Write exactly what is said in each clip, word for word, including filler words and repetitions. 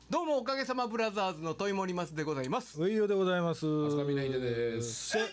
どうもおかげさまブラザーズの問い森松でございます。 ういよでございます。 飛鳥峰秀です。 クック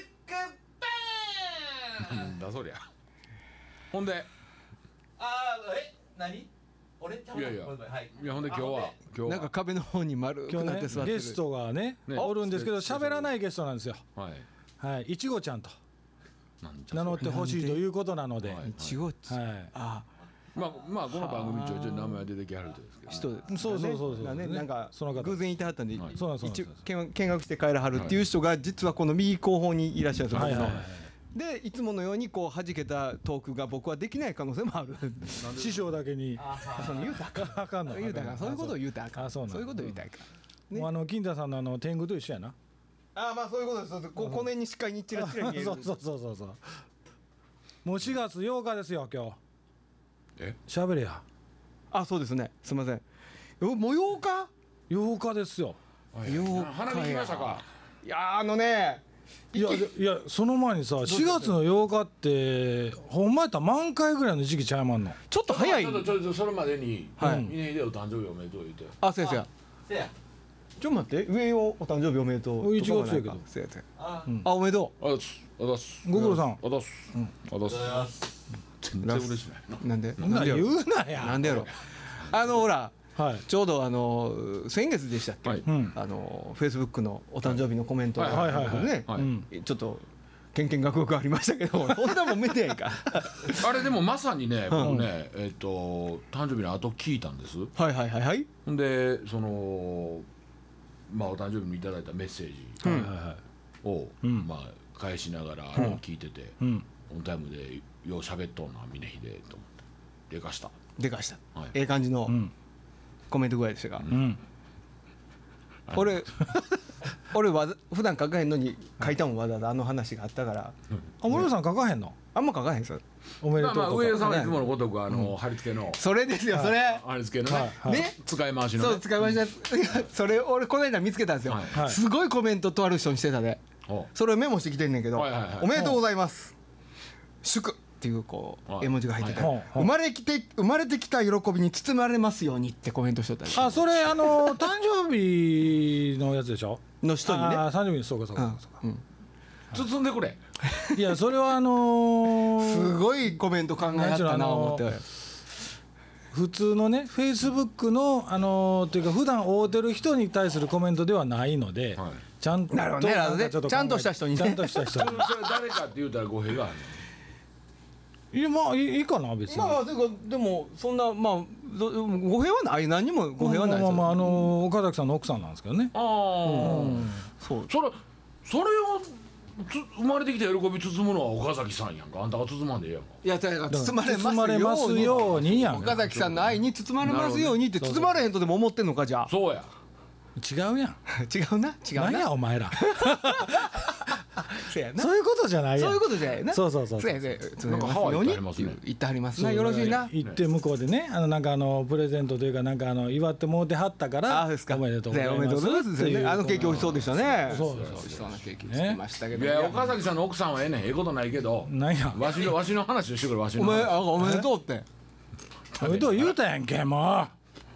バなんだそりゃ。ほんで、 あーえ何俺ちゃういやいやごめんごめんはい、 いやほんで今日は今日はなんか壁の方に丸く今日ねなって座ってるゲストがねねおるんですけどスペ喋らないゲストなんですよ。 はいはい、いちごちゃんとなんじゃ名乗ってほしいということなので、 はいいちごっち、 はいあまあまあこの番組ちょいちょい名前出てきはるんですけど、 人そうそうそうそうね、なんかその方偶然いてはったんで、 はいそうなんです一応そうなんです見見学して帰らはるっていう人が実はこの右後方にいらっしゃるんですよ、僕のはいはいはいでいつものようにこう弾けたトークが僕はできない可能性もある。 師匠だけにその言うたらあかんあかんの言うたらあかんそういうことを言うたらあかんあそうなんそういうことを言うたらあかんねもうあの金田さんのあの天狗と一緒やな。 ああまあそういうことですそうですここの辺に視界にチラチラ見えるそうそうそうそうそう。もうしがつようかですよ今日。 え喋れや。 あそうですねすみませんよもうようかようかですよ。 ようか花見行きましたか。 いやーあのねいやでいやその前にさしがつのようかってほんまやったら満開ぐらいの時期ちゃいまんの。 ちょっと早いちょっとちょっとそれまでにはい峰秀お誕生日おめでとう言って。 あ先生せやちょっと待って上をお誕生日おめでとういちがつやけどそうやそうやあうんあおめでとあだすあだす。 ご苦労さんあだすあだす。全然嬉しないな。 うなんでそんなん言でやろうなや。 なんでやろあのほらはい。 ちょうどあの先月でしたっけ、 はいうん。 あのフェイスブックのお誕生日のコメントがはいはいはいねはいうん。 ちょっとけんけんがくがくありましたけどそんなもん見てやんかあれでもまさにね僕ねえっと誕生日の後聞いたんです。 はいはいはいはいほんでそのまあお誕生日にいただいたメッセージはいはいはい。 をうんまあ返しながらあれを聞いててうん。 オンタイムでよう喋っとんな峰秀と思ってでかした。 でかしたはいええ感じのうん。 コメントぐらいでしたがうん。 俺俺わざ普段書かへんのに書いたもんわざわざあの話があったからあ森本さん書かへんの？ あんま書かへんすおめでとうとか。 まあまあ上田さんはいつものごとくあの貼り付けのそれですよそれ貼り付けのねはいね使い回しのねそう使いましたいやそれ俺この間見つけたんですよ、 はいはいすごいコメントとある人にしてたでおそれをメモしてきてんねんけど、 はいはいはいおめでとうございます祝っていうこう、 はい絵文字が入ってて、 はいはい生まれきて生まれてきた喜びに包まれますようにってコメントしとったんですあ、それあの誕生日のやつでしょ？ の人にねあー誕生日そうかそうかそうか。 うん包んでくれ。 いやそれはあのーすごいコメント考えあったな思って、 普通のねフェイスブックのあのーというか普段会うてる人に対するコメントではないので、 はいちゃんとなるほどねなるほどねんかちょっ考えちゃんとした人にねちゃんとした人それそれ誰かって言うたら語弊があるいやまあいいいいかな別に。 まあでもでもそんなまあど語弊はない何にも語弊はないですよまあまあまああのー岡崎さんの奥さんなんですけどね。 の。ああ。 そうそれそれをつ生まれてきた喜び包むのは岡崎さんやんか。あんたが包まんでええやんか。 いやだから包まれ包まれまますすようにようにやん岡崎さんの愛に包まれますようにって包まれへんとでも思ってんのかじゃあそうや。 違うやん。 違うな違う何なやお前ら。 そうやなそういうことじゃないやん。 そういうことじゃないなそうそうそうそうやそうや包まれますなんかハワイように行ってはりますねって言ってはりますなそうよろしいな行って向こうでねあのなんかあのプレゼントというかなんかあの祝ってもうてはったからあそうですかおめでとうございますねおめでとうございますですよねあのケーキ美味しそうでしたねそうそう美味しそうなケーキ作りましたけどいや岡崎さんの奥さんはええねん。ええことないけど。 なんやわしのわしの話をしてくれわしの話。 お前あおめでとうっておめでとう言うたやんけも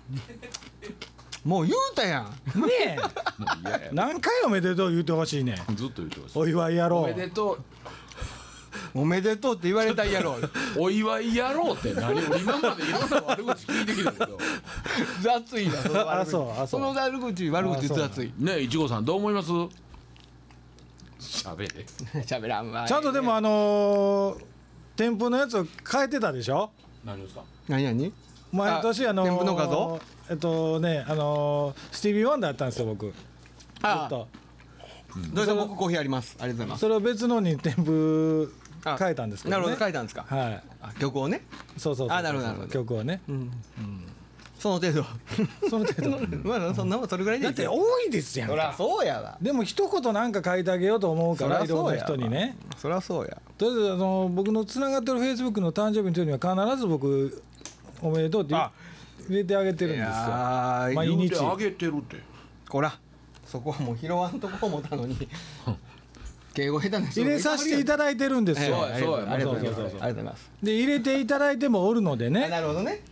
もう言うたやんうねえもう嫌や。 何回おめでとう言うてほしいねんずっと言ってほしい。 お祝いやろおうめでとう。 おめでとうって言われたいやろお祝いやろうって何？俺今までいろんな悪口聞いてきたけど。 雑いなその悪口あそうあそうその悪口悪口雑いねえいちごさんどう思います？喋れ。 喋らんわちゃんとでもあのー添付のやつを変えてたでしょ何ですか？ 何何毎年あのー添付の画像えっとねあのースティービー・ワンダーやったんですよ僕ずっあとどうぞ僕コーヒーありますありがとうございますそれを別のに添付あ変えたんですけどねなるほど書いたんですかはいあ曲をねそうそうそうあなるほどなるほど曲をねうんその程度その程度まあそんなもんそれぐらいでいいけどだって多いですやんそりゃかそうやわでも一言なんか書いてあげようと思うかそりゃらいろんなそうやわ人にねそりゃそうやとりあえずあの僕のつながってるフェイスブックの誕生日の時には必ず僕おめでとうって言うあ入れてあげてるんですよや毎日言うてあげてるって。 こらそこはもう拾わんとこ思ったのに敬語下手な人入れさせていただいてるんですよそうやそうやありがとうございますそうそうそうありがとうございますで入れていただいてもおるのであねなるほどね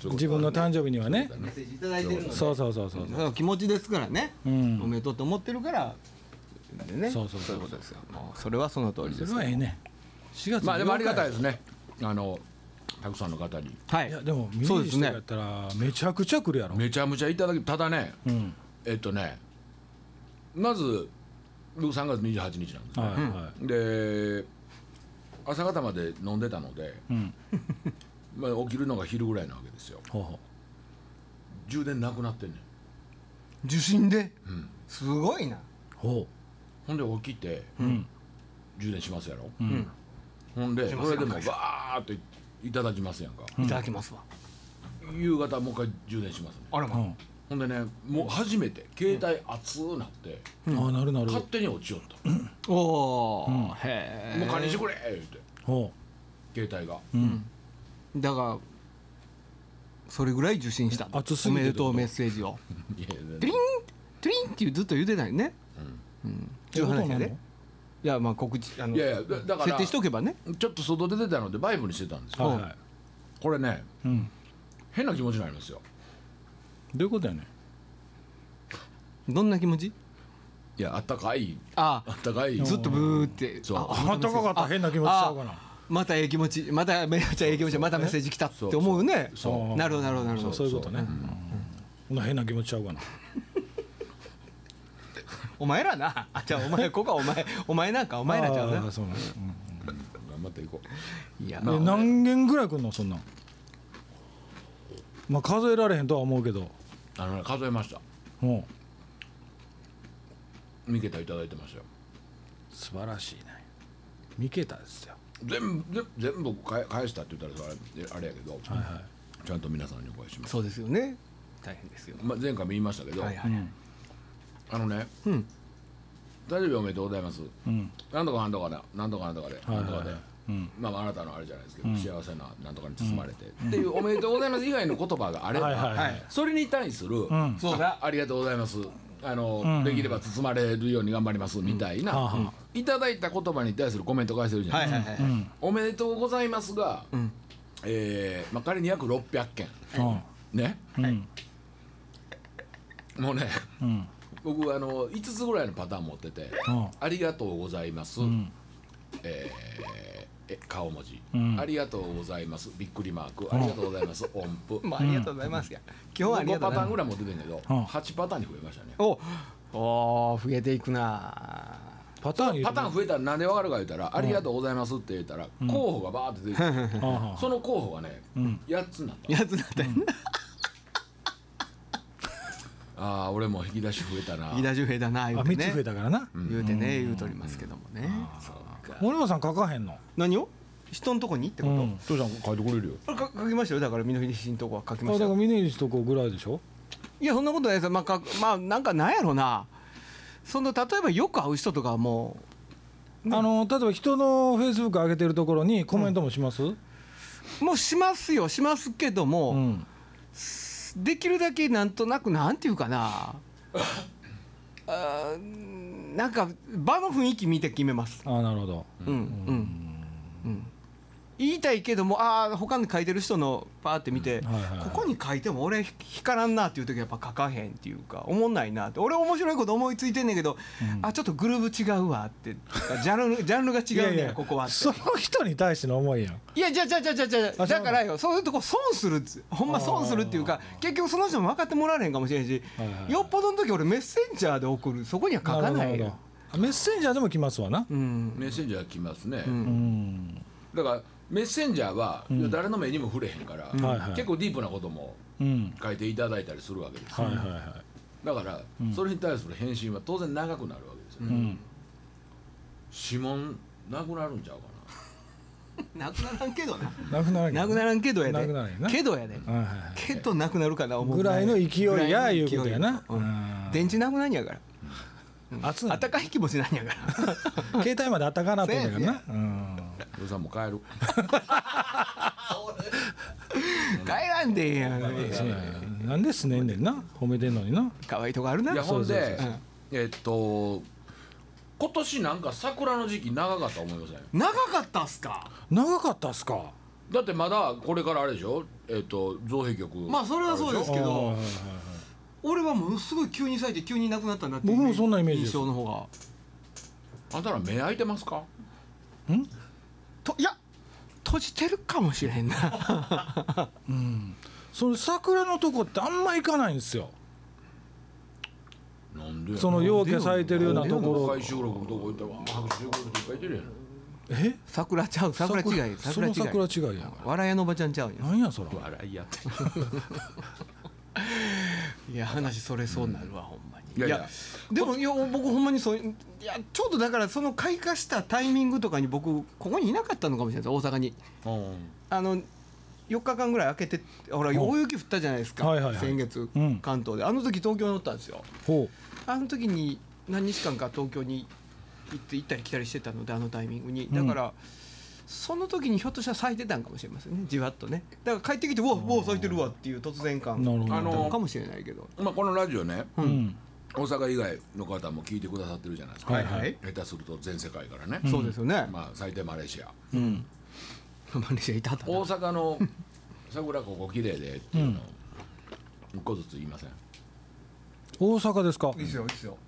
自分の誕生日にはね。 メッセージいただいてるのでそうそうそうそうだから気持ちですからね、 うんおめでとうと思ってるからでね、 そうそうそういうことですよ。もうそれはその通りですそれはええね。しがつまあでもありがたいいですね。あのたくさんの方にはいいやでもミそうですねニしてやったらめちゃくちゃ来るやろ。 めちゃめちゃいただき、ただね、 うん。 えっとね、まず僕さんがつにじゅうはちにちなんですね。 はいはで朝方まで飲んでたので、 い。うん。 まあ、起きるのが昼ぐらいなわけですよ。 ほうほ充電なくなってんねん。 受信でうん、 すごいな。 う。ほほんで起きてう。うん。 充電しますやろ、 う。 うんん、 ほんでしますよこれでもバーっといただきますやんか、 いただきますわ。 夕方もう一回充電しますね。 あらま、 うん。 ほんでね、もう初めて携帯熱くなって、 ああなるなる。 勝手に落ちよった、 おお、 うんへえ。 もう金にしてくれ言うてほ携帯が、 う。うん。 だからそれぐらい受信した。 熱すぎておめでとうメッセージを。 いやトゥリントゥリンってずっと言うてたよね。うん。っていう話やで。いやまあ告知あのいやいやだだから設定しとけばね。 ちょっと外出てたのでバイブにしてたんですよ、 はいはい。 これねうん。 変な気持ちになりますよ。 どういうことやね。 どんな気持ち？ いやあったかいああったかいあずっとブーって。 そうああったかかったら変な気持ちちゃうかな。 またええ気持ち、まためっちゃええ気持ち、またメッセージ来たって思うよね。 そうなるほどなるほどなるほど。 そういうことね。こんな変な気持ちちゃうかな。 お前らな、あじゃあお前ここはお前お前なんかお前らちゃうな。 あーそうなんです。うん頑張っていこう。 いやえ何件ぐらい来んのそんなん。まあ数えられへんとは思うけど。 あのね数えました。 も三桁いただいてましたよ。 う素晴らしいね。三桁ですよ。 全部ぜ全部返返したって言ったらあれあれやけど、 はいはい。 ちゃんと皆さんにお返しします。 そうですよね。大変ですよ。 まあ、前回も言いましたけど、 はいはい。 うんあのねうん。 誕生日おめでとうございます。 うんなんとかなんとかだなんとかなんとかで、 はいなんとかで、 はいうんまああなたのあれじゃないですけど、 うん幸せななんとかに包まれて、っていうおめでとうございます以外の言葉があれば、 はいはいはいそれに対する、 うんそうだ。 ありがとうございます。あの、 うんできれば包まれるように頑張りますみたいな、 はあはあいただいた言葉に対するコメント返せるじゃなはいいですか。 はいはいはい。 うんおめでとうございますが、 うん。 えーまあ、仮に約ろっぴゃっけんね、 うんもうねうん僕あのいつつぐらいのパターン持っててうん 「ありがとうございます」 うんえーえ顔文字、 うんありがとうございます」びっくりマーク、ありがとうございます」音符、 まあありがとうございますや。今日はありがごとうございますパターンぐらい持っててんけど、 うんはちパターンに増えましたね。 おおー増えていくな。 パターン言うパターン増えたらなんでわかるか言ったら「ありがとうございます」って言ったら候補がバーって出てきて、 ああその候補がねうんやっつになった。 やつなったよな。 ああ俺も引き出し増えたな。 引き出し増えたな言うてね。 あ三つ増えたからな。 言うてね言うとりますけどもね。そうか。 森本さん書かへんの。 何を？人のとこにってこと？ うん父ちゃん書いてくれるよ。 これか書きましたよ。だから峰岸のとこは書きあだからましたよ。 峰岸とこぐらいでしょ。 いやそんなことないですよ。まあかまあなんかなんやろな。その例えばよく会う人とかはもあの例えば人のフェイスブック上げてるところにコメントもします？ うもうしますよしますけども、 うんできるだけなんとなくなんていうかな。あーなんか場の雰囲気見て決めます。 あなるほど。 うんうんうん。言いたいけどもああ他に書いてる人のパーって見て、 はいはいはいここに書いても俺光らんなっていう時はやっぱ書かへんっていうか思んないなって俺面白いこと思いついてんねんけど、 うんあちょっとグルーヴ違うわってジャンルジャンルが違うねんここはってその人に対しての思いやん。 いやじゃあじゃあじゃあじゃあじゃああだからよそういうとこ損するっつほんま損するっていうか結局その人も分かってもらえへんかもしれんし、 はいはいはいよっぽどの時俺メッセンジャーで送るそこには書かないよるほど。あメッセンジャーでも来ますわな。 うんメッセンジャー来ますね。 うんうんだからメッセンジャーは、 ん誰の目にも触れへんから、 はいはい結構ディープなこともうん書いていただいたりするわけですよ、 はいはいはい。 だから、 うんそれに対する返信は当然長くなるわけですよ、ねうん指紋なくなるんちゃうかなくならんけどななくならんけどなくならんけどやでなくならんよなけどやではいはいはいけどなくなるかな思うぐらいの勢いやぐらいの勢いうことやな。 うんうん電池なくなんやから熱いあったかい気持ちなんやから携帯まであったかなと思うんだけどな。うんな。お父さんも帰る。 帰らんでええやんそうやなんですねんねんな褒めてんのにな。 可愛いとこあるないやほんでそうそうえっと今年なんか桜の時期長かった思いません？ 長かったっすか長かったっすか。 だってまだこれからあれでしょえっと造幣局まあそれはそうですけどあーはいはいはい俺はものすごい急に咲いて急になくなったなっていう僕もそんなイメージです印象の方があんたら目開いてますか？ といや閉じてるかもしれへんなうんその桜のとこってあんま行かないんですよ。 なんでやその陽気咲いてるようなところ公開収録のとこ行ったら拍手してくれる人いっぱいいてるやん。 え桜ちゃう桜違い桜違いその桜違いやん笑い屋のおばちゃんちゃうんやなんやそら笑いやっていや話それそうなるわ、ほんまにいやいやでもいや僕ほんまにそういやちょうどだからその開花したタイミングとかに僕ここにいなかったのかもしれないです大阪にあのよっかかんぐらい空けてほらん大雪降ったじゃないですか、 はいはいはい先月、 うん関東であの時東京におったんですよほあの時に何日間か東京に行って行ったり来たりしてたのであのタイミングにだから、その時にひょっとしたら咲いてたんかもしれませんねじわっとねだから帰ってきてうわうわ咲いてるわっていう突然感なるほどあったのかもしれないけどまあこのラジオね、 う、うん大阪以外の方も聞いてくださってるじゃないですか、 はいはい下手すると全世界からね、 そうですよね、 まあ最低マレーシアうんマレーシアいたはったな大阪の桜ここ綺麗でっていうのを一個ずつ言いません？ 大阪ですか。 いいですよいいですよ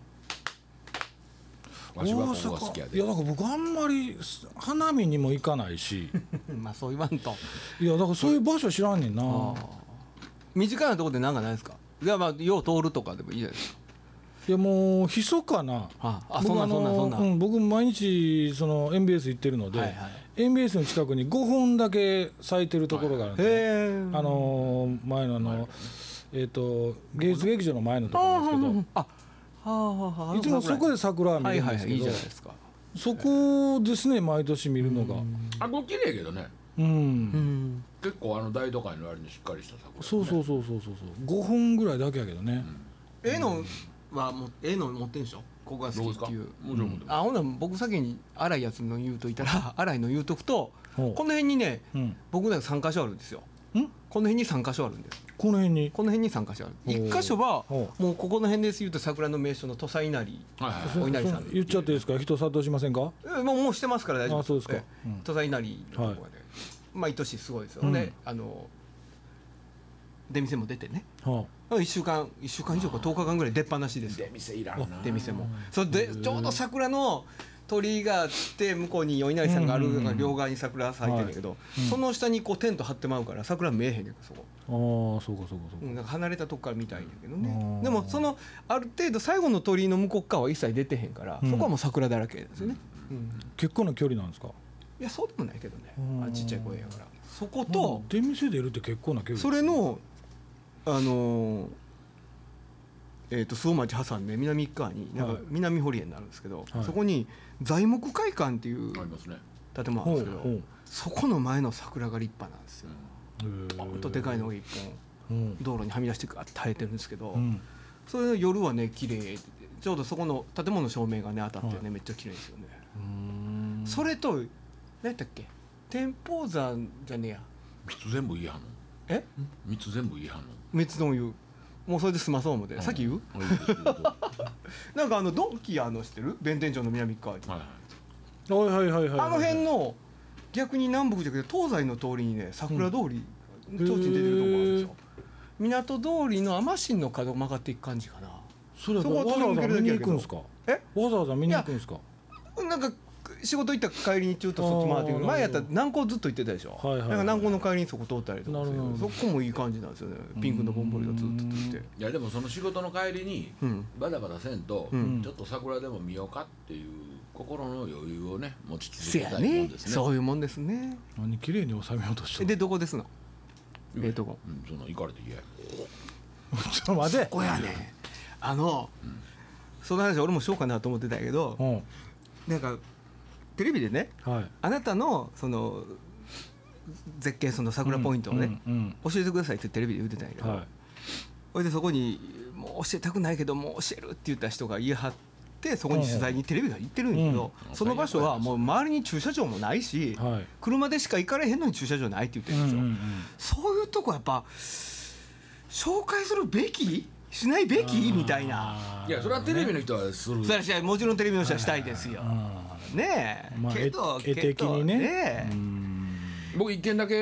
わしはここが好きやで。 いやだから僕あんまり花見にも行かないしまあそう言わんといやだからそういう場所知らんねんな。 身近なところで何かないですかいやまあよう通るとかでもいいじゃないですかいやもう密かなああ僕そんなそんなそんな、 うん、僕毎日その エムビーエス 行ってるので、 はいはいエムビーエス の近くにごほんだけ咲いてるところがあるんですよ、 へえあのー前のあの、えー、と芸術劇場の前のところなんですけど、 あはあはあはあいつもそこで桜は見はいるんですけど、 はいはいいいじゃないですかそこですね毎年見るのがあここ綺麗けどね。 うん、 うん結構あの大都会の割にしっかりした桜、ね。 そうそうそうそうそうそうごほんぐらいだけやけどね、 絵のはも絵の持ってんでしょここがどうですか？ 好きっていうもちろん持ってます。 あほんなら僕先に荒いやつの言うといたら荒いの言うとくとほうこの辺にねうん、 僕なんかさんか所あるんですよんこの辺にさんか所あるんですこの辺にこの辺にさんか所あるほういっか所はほもうここの辺です言うと桜の名所の土佐稲荷はいはいそお稲荷さんそ言っちゃっていいですか人殺到しませんか。 えもうもうしてますから大丈夫あそうですかええうん土佐稲荷のところで毎年すごいですようんであの出店も出てねはいっしゅうかんいっしゅうかん以上かとおかかんぐらい出っ放しですよ出店いらんな。 出店もそれでちょうど桜の鳥居があって向こうにお稲荷さんがあるうんうんうんのが両側に桜咲いてるんだけど、 はいうんその下にこうテント張ってまうから桜見えへんねんそこ、 ああそうかそうかそうか、 うん、なんか離れたとこから見たいんだけどねうんでもそのある程度最後の鳥居の向こう側は一切出てへんから、 うんそこはもう桜だらけですよね、うん結構な距離なんですか。 いやそうでもないけどねうんあちっちゃい声やからそこと出店出るって結構な距離それのあのーえー、と周防町挟んで南側になんはいか南堀江になるんですけど、 はいそこに材木会館っていうありますね。 建物あるんですけど、 ほうほうそこの前の桜が立派なんですよ。 へーほんとでかいのが一本うん道路にはみ出してガーッと生えてるんですけど、 うんそれの夜はね綺麗でちょうどそこの建物の照明がね当たってね、 はいめっちゃ綺麗ですよね。 うんそれと何やったっけ天保山じゃねえや三つ全部言いはんの。 え三つ全部言いはんの。 滅の湯もうそれで済まそう思って、さっき言ううんいいですいいですはなんかあのドンキあの知ってる弁天町の南側に、 いはい。 はいはいはいはいあの辺の逆に南北じゃなくて東西の通りにね桜通り、 ん提灯出てるとこあるんですよ。港通りの雨新の角を曲がっていく感じかな。 それはそこはわざわざ見に行くんですか。 えわざわざ見に行くんですか。 なんか仕事行った帰りにちょっとそっち回ってくあーる前やったら南港ずっと行ってたでしょ、 はいはいはいなんか南港の帰りにそこ通ったりとかするなるほどそこもいい感じなんですよねピンクのぼんぼりがずっとつっていやでもその仕事の帰りにうんバタバタせんと、 うんちょっと桜でも見ようかっていう心の余裕をね持ち続せやけたいもんねですね。 そういうもんですね何綺麗に収めようとしてでどこですのええとこうん、その行かれて嫌や。 ちょっと待てここやねあの、その話俺もしようかなと思ってたけどうんなんかテレビでねはいあなたのその絶景その桜ポイントをね、 うんうん教えてくださいってテレビで言ってたんやけど、 はいそれでそこにもう教えたくないけどもう教えるって言った人が言い張ってそこに取材にテレビが行ってるんやけど、 うんその場所はもう周りに駐車場もないし、 はい車でしか行かれへんのに駐車場ないって言ってるんですよ、 うんうんうんそういうとこやっぱ紹介するべきしないべきみたいな。 いやそれはテレビの人はする。 それはもちろんテレビの人はしたいですよ、ねえ、 まあけど絵絵的にねけどねえうん僕一件だけ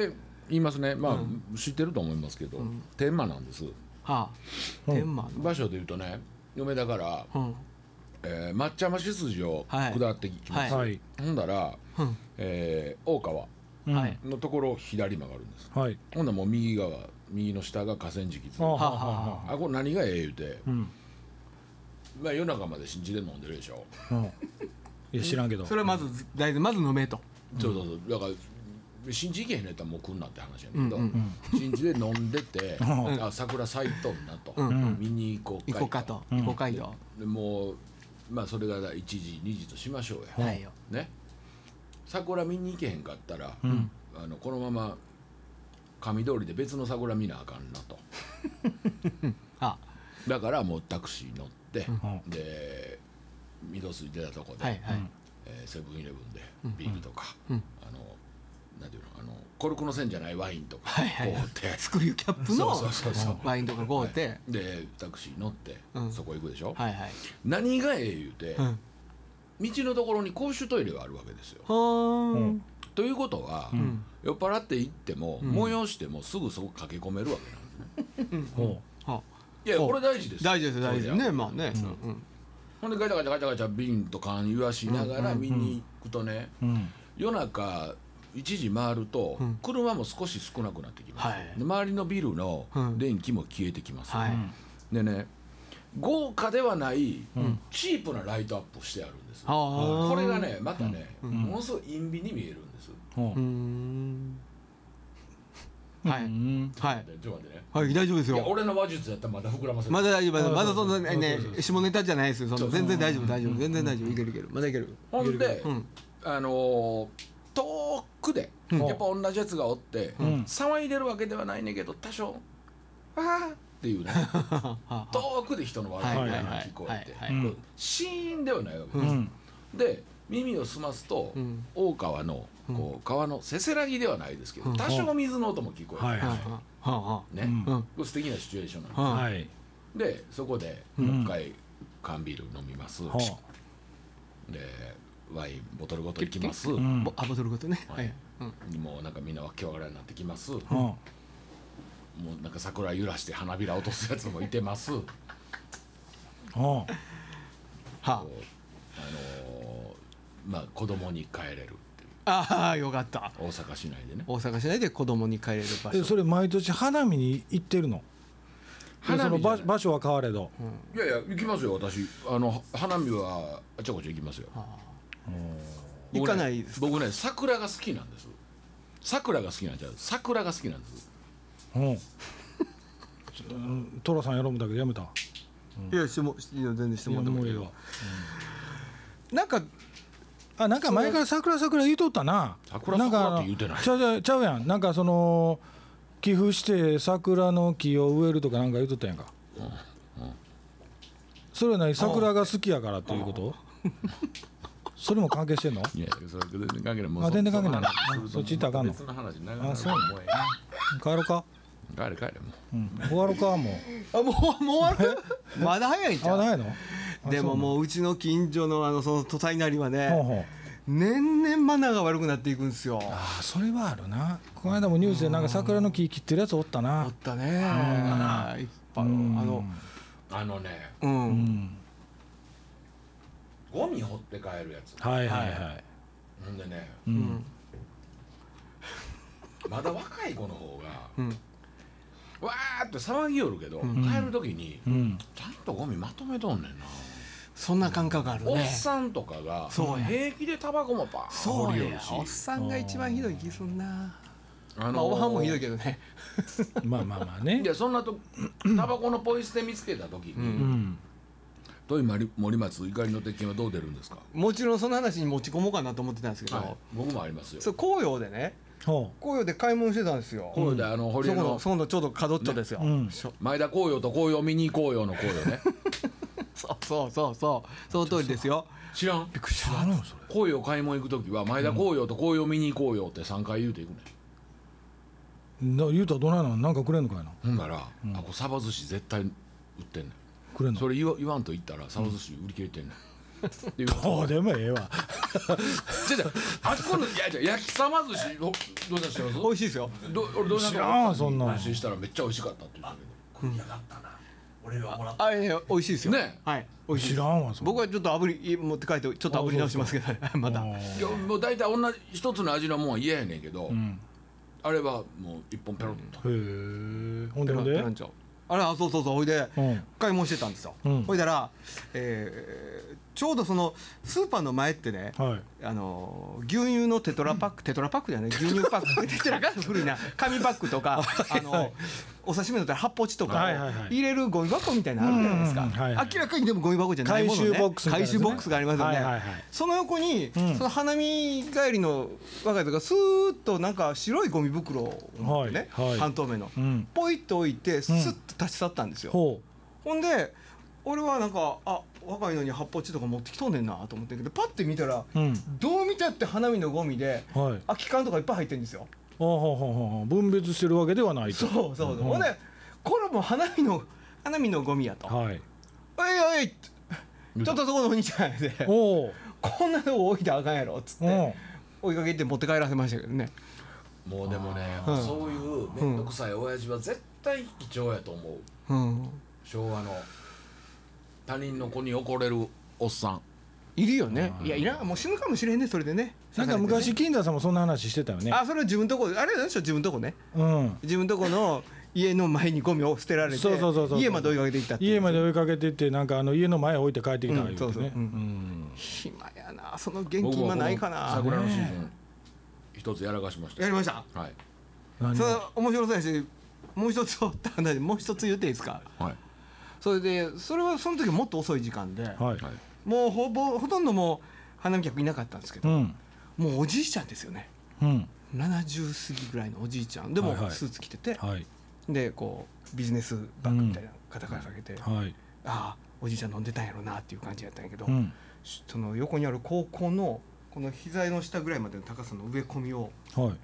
言いますね、まあ、知ってると思いますけど、天満なんです。 はあ天満の場所でいうとね、梅田から、 うんえー、松山市筋を下ってきます、 はいはいほんだら、 うんえー大川うんはいのところを左曲がるんです。 はいほんだらもう右側右の下が河川敷あはああはあはあこれ何がええ言うて、 うんまあ、夜中まで新地で飲んでるでしょ、 うんいや知らんけどそれはまず大事まず飲めとそうそうそうだから新地行けへんのやったらもう来んなって話やねんけど、 うんうん新地で飲んでて、 んあ桜咲いとんなと、 うん見に行こう行こうかとうん行こうかいとでもうまあそれがいちじにじとしましょうや、 はいよね桜見に行けへんかったら、 んあのこのまま上通りで別の桜見なあかんなとあだからもうタクシー乗って、 んで御堂筋出たとこで、 はいはいえーセブンイレブンでビールとか、 うんあのなんていうのあのコルクの線じゃないワインとかはいはい買うて、 スクリューキャップのそうそうそうそうワインとか買うてでタクシー乗って、 うんそこ行くでしょ、 はいはい何がええ言うて、 うん道のところに公衆トイレがあるわけですよ。 はーうんんということは、 ん酔っ払って行っても、 ん催してもすぐそこ駆け込めるわけなんですね。 ほいやそうこれ大事ですよ大事です大事ですねまあねうんうんほんでガチャガチャガチャガチャ瓶と缶言わしながら見に行くとね、 ううん夜中いちじ回ると、 うん車も少し少なくなってきます、 はいで周りのビルのうん電気も消えてきます、 はいでね豪華ではない、 んチープなライトアップしてあるんです、 はあこれがねまたね、 うんものすごい陰美に見えるんです、 ほうーんはういんはいちょっと待ってねはい大丈夫ですいやよ俺の話術やったらまだ膨らませるまだ大丈夫まだまだあそんなそうそうねそうそう下ネタじゃないですよそそうの全然大丈夫大丈夫全然大丈夫いけるいけるまだいけるほんで、 うんあのー遠くで、 うんやっぱ同じやつがおって、 うん騒いでるわけではないねんけど多少「ああ」っていうねはあ遠くで人の笑い声が聞こえてはいはいはいこうシーンではないわけです、 うんで耳を澄ますと、 うん大川のこう川のせせらぎではないですけど、 うん多少水の音も聞こえる、 はいはあはあはあね、 うんうんこれ素敵なシチュエーションなんです、 ははいでそこでうんもう一回缶ビール飲みます、 ほでワインボトルごといきます、 ううんぼあボトルごとねははいいうんもうなんかみんなわけわからんなってきます、もほうなんか桜揺らして花びら落とすやつもいてますこうほはうあのーまあ子供に帰れるっていうあああよかった大阪市内でね大阪市内で子供に帰れる場所うえそれ毎年花見に行ってるのでその花見じゃない場場所は変われどいやいや行きますよ私あの花見はあちゃこちゃ行きますよ行かないですか僕ね桜が好きなんです桜が好きなんじゃ桜が好きなんですほうトラさんやろうもだけどやめたいやしてもいいよ全然してもらってもいいよいやもうなんかあなんか前から桜桜言うとったな桜なんか桜って言うてないちゃうちゃうちゃうやんなんかその寄付して桜の木を植えるとかなんか言うとったやんかそれは何桜が好きやからっていうことそれも関係してんのいやそれ全然関係ないもうあ全然関係ないその話するとそっち行ったらあかんの別の話になるからあそうもうえ帰ろうかえ帰れ帰れもうん終わろうかもうあもうもう終わるまだ早いんちゃうあないのあでもそうもううちの近所のあのその土佐稲荷はなのほうねほう年々マナーが悪くなっていくんですよあそれはあるなこの間もニュースでなんか桜の木切ってるやつおったおなったねいっぱいあのあのねううんんゴミ掘って帰るやつはいはいはいほんでねううんんまだ若い子の方がうんわーって騒ぎよるけど、 ん帰る時にうんちゃんとゴミまとめとんねんな、 そんな感覚あるおっねさんとかがそうや平気でタバコもパーンそうや掘りよるしおっさんが一番ひどい気すんなあまあおばはんもひどいけけどねまあまあまあねいやそんなとタバコのポイ捨て見つけた時に、 うんうん遠い森森松怒りの鉄拳はどう出るんですか、 もちろんその話に持ち込もうかなと思ってたんですけど、 はい、僕もありますよそう紅葉でねほ紅葉で買い物してたんですよ、 こうであの堀江のそこのそこのちょうど角っちょですよ、 ねうんしょ前田紅葉と紅葉見に行こうよの紅葉ねそうそうそうそうその通りですよ知らんびっくりしう知らんのそれ紅葉買い物行く時は前田紅葉と紅葉見に行こうよってさんかい言うていくねな言うたらどないなんなんかくれんのかいなほんなら、あこサバ寿司絶対売ってんねんくれんのそれ言わ言わんと言ったらサバ寿司売り切れてんねんいうどうでもええわじゃじゃあそこのいやじゃ焼きさま寿司どどうだしてます美味しいですよ。 ど俺どう知らんそんなん話したらめっちゃ美味しかったって言って食いやがったな俺はもらったあいや美味しいですよ。 ねはい美味しいです。 知らんわそんな僕はちょっと炙り持って帰ってちょっと炙り直しますけどまた。 いやもう大体同じ一つの味のもんは嫌やねんけど、 うんあれはもう一本ペロッと、 へえほんでほんでペランチョあれあそうそうそうほいでうん買い物してたんですよ。 うんほいだら、えーちょうどそのスーパーの前ってね、 はいあの牛乳のテトラパック、テトラパックじゃない牛乳パックテトラが古いな紙パックとかあのお刺身だったら発泡酒とかをはいはいはい入れるゴミ箱みたいなのあるじゃないですか。 うんうんはいはい明らかにでもゴミ箱じゃないものね。 回収ボックスみたいなやつね回収ボックスがありますよね。 はいはいはいその横に、 うんその花見帰りの若いとかスーッとなんか白いゴミ袋を持ってね、 はいはい半透明の、 うんポイッと置いてスッと立ち去ったんですよ。 ほほんで俺はなんかあ若いのに発泡酒とか持ってきとんねんなと思ってんけどパッて見たら、 ううんどう見たって花見のゴミではい空き缶とかいっぱい入ってるんですよ。 ほうほうほうほう分別してるわけではないとそうそうそう、 んほんでこれも花見の花見のゴミやと「 はいおいおいちょっとそこのお兄ちゃん」でおおこんなの置いてあかんやろ」っつっうんて追いかけて持って帰らせましたけどね。 もうでもね、 うんそういう面倒くさい親父は絶対貴重やと思う。 うん昭和の他人の子に怒れるおっさん。 いるよね。いやいらんもう死ぬかもしれんねそれでね。 なんか昔金田さんもそんな話してたよねあそれは自分とこあれでしょ自分とこねうん自分とこの家の前にゴミを捨てられてそうそうそうそう家まで追いかけてきたっていう家まで追いかけてってなんかあの家の前置いて帰ってきたうん言うてねそうそううんうん暇やなその現金今ないかな。 桜のシーズン一つやらかしました。 やりました。 はい何それ面白そうやしもう一つ話もう一つ言っていいですか。 はいそれでそれはその時もっと遅い時間で、 はいはい。 もうほぼほとんどもう花見客いなかったんですけど、 うんもうおじいちゃんですよね。 うんななじゅう過ぎぐらいのおじいちゃんでもはいはいスーツ着てて、 はいでこうビジネスバッグみたいな肩からかけて、 はいああおじいちゃん飲んでたんやろうなっていう感じやったんやけど、 うんその横にある高校のこの膝の下ぐらいまでの高さの植え込みをはい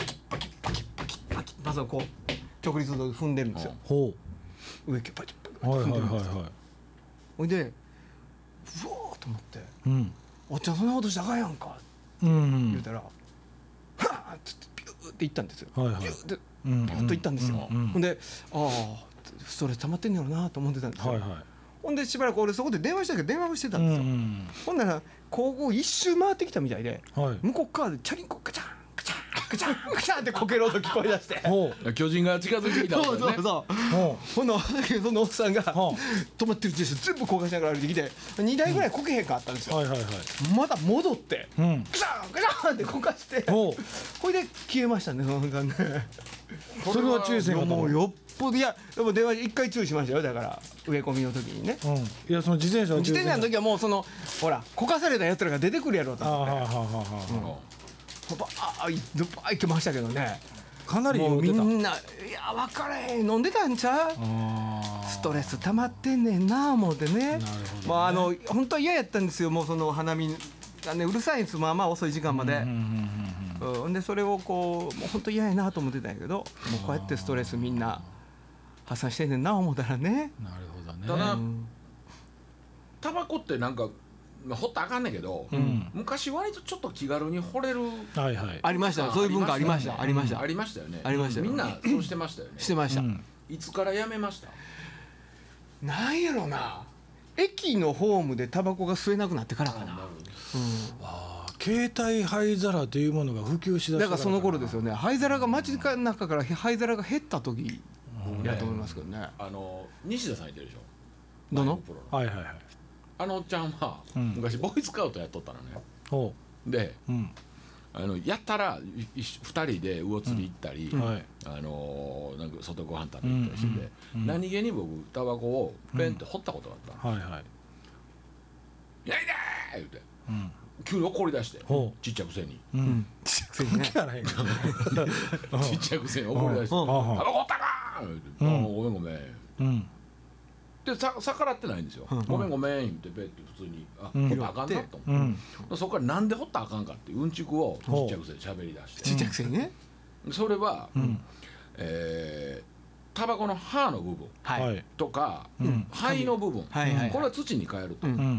まずはこう直立で踏んでるんですよ。 ほ植木をパキパキパうはいキ踏んでるんですよ。 はいはいはほいでうわーと思っていうん 「おっちゃんそんなことしたらあかんやんか」 うん言うたら「はあ」っつってピューって行ったんですよ。 はいはいピューってうんピューッと行ったんですよ。 うんうんほんでああストレス溜まってんねやろなと思ってたんですよ。 はいはいほんでしばらく俺そこで電話したけど電話をしてたんですよ。 うんほんなら高校一周回ってきたみたいでうんはい向こう側でチャリンコガチャンガチャンガチャンガチャンってこける音聞こえ出して。 ほう巨人が近づいてきたわけそうね。 そうそう。 ほほんならそのおっさんがは止まってる自転車全部交換しながら歩いてきてにだいぐらいこけへんかったんですよ。 うはいはいはいまだ戻ってうんガチャンガチャンってこかしてほうこれで消えましたねその間ね。 それは注意せんかったのもうよっぽどいやでも電話一回注意しましたよだから植え込みの時にね。 うんいやその自転車は自転車の時はもうそのほらこかされたやつらが出てくるやろうとああ思ってはあはあはあはバーッバーッ行けましたけどね。 あかなりもうみ酔ってたんないや分からへん飲んでたんちゃう。 あストレス溜まってんねんな思ってね。 なるほどねまああの本当は嫌やったんですよもうその花見がねうるさいんですまあまあ遅い時間まで。 うんうんうんうん、でそれをこうもう本当嫌やなと思ってたんやけどもうこうやってストレスみんな発散してんねんな思ったらね。 なるほどねただうんタバコってなんか、まあ、ほったらあかんねんけど、 うん昔割とちょっと気軽に掘れるはいはいありましたよそういう文化ありましたありましたありましたよね。 ありましたよみんなそうしてましたよね。 してました。 うんいつからやめました。 なんやろな駅のホームでタバコが吸えなくなってからかな。うんあー携帯灰皿というものが普及しだしただからその頃ですよね灰皿が街の中から灰皿が減った時やと思いますけどね。 あの西田さんいてるでしょ。 どのバイクプロのはいはいはいあのおっちゃんは、 うん昔ボーイスカウトやっとったのね。 ほで、 ううんあのやったらい一緒二人で魚釣り行ったり、 はいあのなんか外ご飯食べに行ったりしてて、 うんうん何気に僕タバコをペンって掘ったことがあったの。 はいはいやいでー言うてうん急に怒り出してほうちっちゃいくせにうんちっちゃくせにね関係ないかちっちゃいくせに怒り出して「 うんタバコ掘ったかー!」言うて「 うんあーごめんごめん」 うんでさ逆らってないんですよ「 うんごめんごめん」言ってペッて普通に「あうん掘ったらあかんな」とう思っんてそこからなんで掘ったらあかんかっていううんちくをちっちゃいくせに喋り出してちっちゃくせにね。 それはうんえータバコの葉の部分はいはいとかうん灰の部分はいはいはいこれは土に変えるとうんうん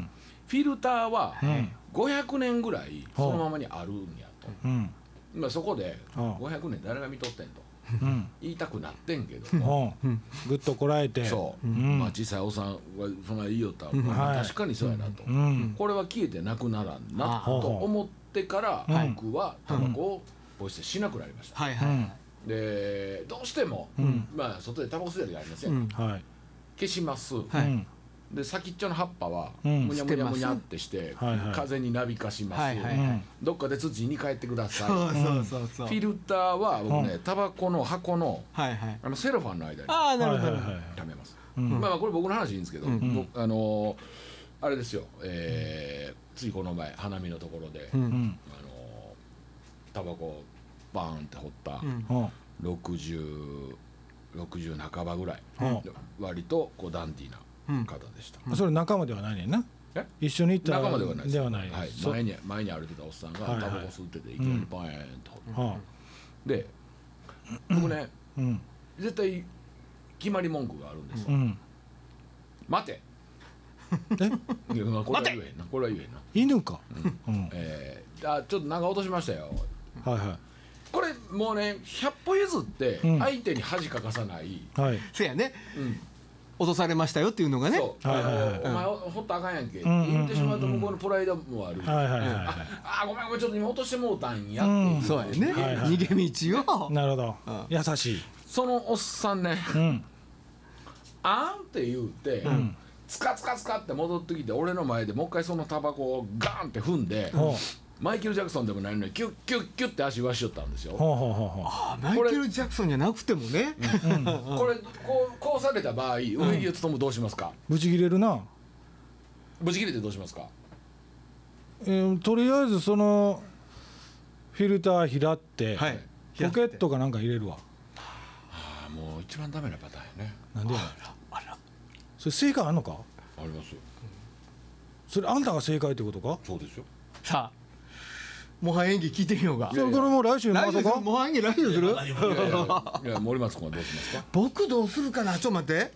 ィルターはうんごひゃくねんぐらいそのままにあるんやと、 うんまあ、そこでうんごひゃくねん誰が見とってんとうん言いたくなってんけども、 うんぐっとこらえてそう、 んまあ小さいおっさんはそんな言いよったら、まあはい確かにそうやなと、 うんこれは消えてなくならんなと思ってからうん僕はタバコをポイ捨てしなくなりました、 はいはいはいでどうしても、 んまあ外でタバコ吸うやりありません、 うんはい消します、 はいうんで先っちょの葉っぱはうんむにゃむにゃむにゃってして、 はいはい風になびかします、 はいはいうんどっかで土に帰ってください、 そうそうそうそうフィルターは僕ねタバコの箱のはいはいあのセロファンの間にああなるほどはいはいはい溜めます、 うんまあまあこれ僕の話いいんですけど、 うん僕あのーあれですよ、えーついこの前花見のところで、 うんうんあのータバコバーンって掘ったうんうんろくじゅう、ろくじゅう半ばぐらい、 うん割とこうダンディーな方でした、 それ仲間ではないねんなえ一緒に行った仲間ではないですではないはい、 そ前に前に歩いてたおっさんがはいはいタバコ吸ってていきなりバーンと掘って、 はで僕ねあうん絶対決まり文句があるんですよ、 うん待てえいやまあこれは言えへんなこれは言えへんな、 犬かうんえー、あちょっと長落としましたよはいはこれもうねひゃっぽ譲ってうん相手に恥かかさない、 いはいせやねうん落とされましたよっていうのがねそう、 はいはいはいあのお前ほったらあかんやんけ、 んうんうんうん言ってしまうと向こうのプライドもある、 はいはいはいはああごめんごめんちょっと今落としてもうたんやっていう、 うんそうやねはいはい逃げ道をいなるほどうん優しいそのおっさんねうんあんって言うて、 んつかつかつかって戻ってきて俺の前でもう一回そのタバコをガーンって踏んで、 ほうマイケル・ジャクソンでもないのにキュッキュッキュッって足わしよったんですよ、 ほうほうほうほうあマイケル・ジャクソンじゃなくてもねこれこうこうされた場合上木勉どうしますか、 ブチ切れるなブチ切れてどうしますか。 えーとりあえずそのフィルター拾ってはいポケットかなんか入れるわああもう一番ダメなパターンやね。 なんでやねんあらそれ正解あんのかありますよ。 それあんたが正解ってことかそうですよ。 さあ模範演技聞いてみようがそれこれもう来週来週する回そうか模範演技来週するいやいやいや森松君はどうしますか。 僕どうするかなちょっと待って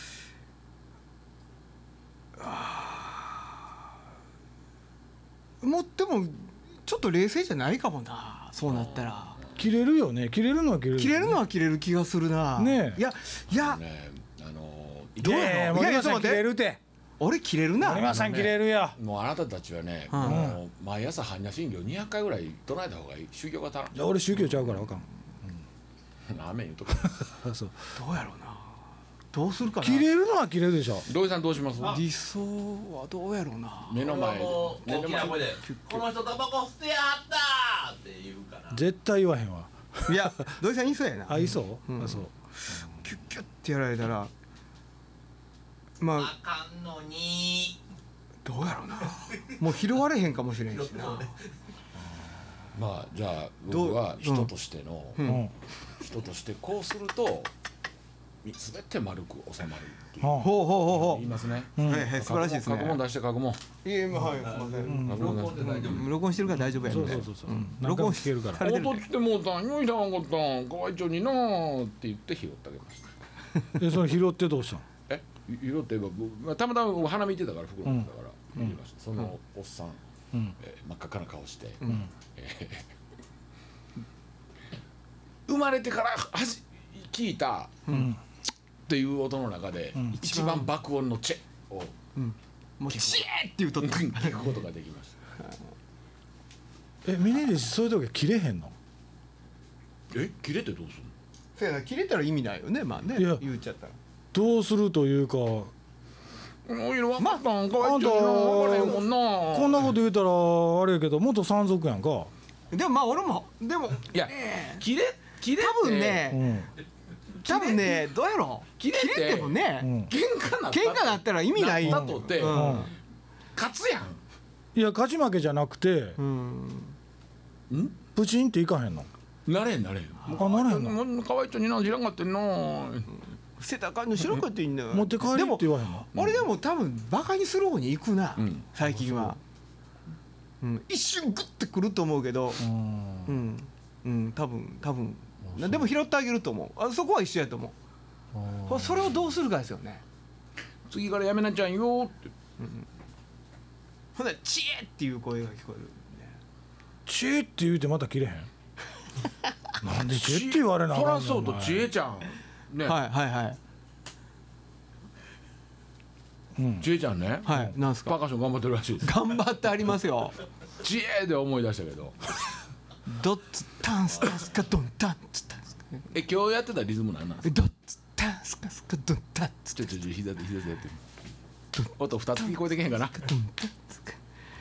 あーもうでもちょっと冷静じゃないかもなそうなったら切れるよね切れるのは切れる切れるのは切れる気がするなねえいやいやねあのーどうやろいやいや森松さん切れるって俺切れるな森松さん切れるよもうあなたたちはね、 うんもう毎朝般若心経にひゃっかいぐらい唱えた方がいい。宗教が足らんいや俺宗教ちゃうからあかんなめん言うとくあそうどうやろうなどうするかな切れるのは切れるでしょ土井さんどうします。 理想はどうやろうな目の前でもう目の前大きな声で「この人タバコ捨てやはった!」って言うかな絶対言わへんわいや土井さん言いそうやなあいそう、 うんあそうキュッキュッってやられたらまああかんのにどうやろうなもう拾われへんかもしれんしなまあじゃあどう僕は人としての、 ううんん人としてこうすると全て丸く収まるっていうはほうほうほうほ言いますね。 うんうはいはい素晴らしいですね書くもん出して書くもん。 いえまあはいすいません書くもん出して大丈夫録音してるから大丈夫やそみたいなうそうそうそう、 ん何回も聞けるから録音されてる落としてもうたんよいらんかったん河合町になーって言って拾ってあげました。 でそれ拾ってどうしたのえ拾って僕まあたまたま僕花見てたから袋持ってたからうん見ました。そのおっさん、 うんえー真っ赤かな顔して、 うんえー生まれてからはじ聞いたうんっていう音の中で、 うん一番爆音のチェをうんもうシエーって言うとった聞くことができました。 え峰岸そういう時切れへんのえ切れてどうするの？ そうやな切れたら意味ないよねまあねいや言っちゃったらどうするというかおいら分かったん河合町になあんた分からへんもんな。 こんなこと言うたらあれやけど元山賊やんかでもまあ俺もでもいや切れ切れて多分うねん多分ねどうやろ切れて切れてもうねん喧嘩なった喧嘩なったら意味ないなったとって、 うんうん勝つやん。 いや勝ち負けじゃなくてうんんプチンっていかへんのなれんなれん。 あなれへんのもう河合町になん知らんかってんな。 捨てた感じ白かっていいんだよ持って帰りってでも言わへんの俺でも多分バカにする方に行くな、 うん最近は、うん、一瞬グッてくると思うけどうんうんうん多分多分でも拾ってあげると思うあそこは一緒やと思うそれをどうするかですよね次からやめなちゃんよって。 ほんならチエっていう声が聞こえる、ね、 チエって言うてまた切れへんなんでチエって言われなあそかんのらそうとちえちゃんね、 はいはいはいうんちえちゃんね、 はいなんすかパーカッション頑張ってるらしいです頑張ってありますよちえで思い出したけどドッツタンスカスカドンタンツタンスカえ今日やってたリズムなんなんですかドッツタンスカスカドンタンツちょちょちょ膝で膝でやってる音ふたつ聞こえてけへんかなドンタンツカ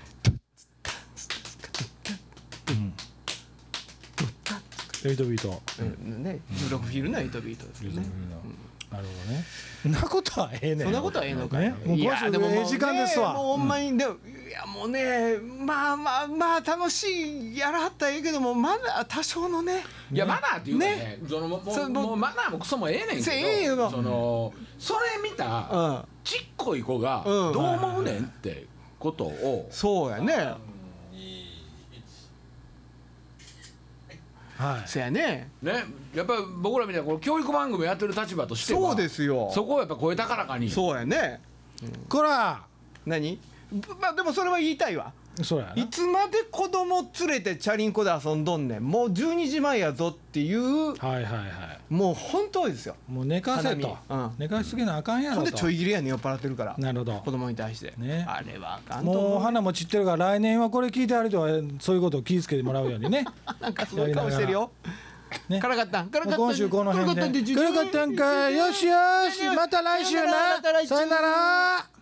エイトビートうんねじゅうろくフィルのエイトビートですよねなるほどねそんなことはええねんそんなことはええのかねもういや今週でももうええ時間ですわねもうほんまにでもいやもうねまあまあまあ楽しいやらはったらええけどもまだ多少のねいやマナーっていうかねそのもそうれもうもうマナーもクソもええねんそれえけえよどそのそれ見たうんちっこい子がうんどう思うねんってことをそうやねはいそやねねやっぱり僕らみたいなこの教育番組やってる立場としてはそうですよそこをやっぱ声高らかにそうやねこら何まあでもそれは言いたいわそうやないつまで子供連れてチャリンコで遊んどんねんもうじゅうにじまえやぞっていうはいはいはいもう本当ですよもう寝かせと、 花見うん寝かしすぎなあかんやほんでろとちょい切れやねん酔っ払ってるからなるほど子供に対して、 ねあれはあかんと思うもう花も散ってるから来年はこれ聞いてある人はそういうことを気をつけてもらうようにねなんかすごい顔してるよね辛かったん辛かったん今週この辺で辛かったんで辛かったんかよしよしまた来週なまた来週さよなら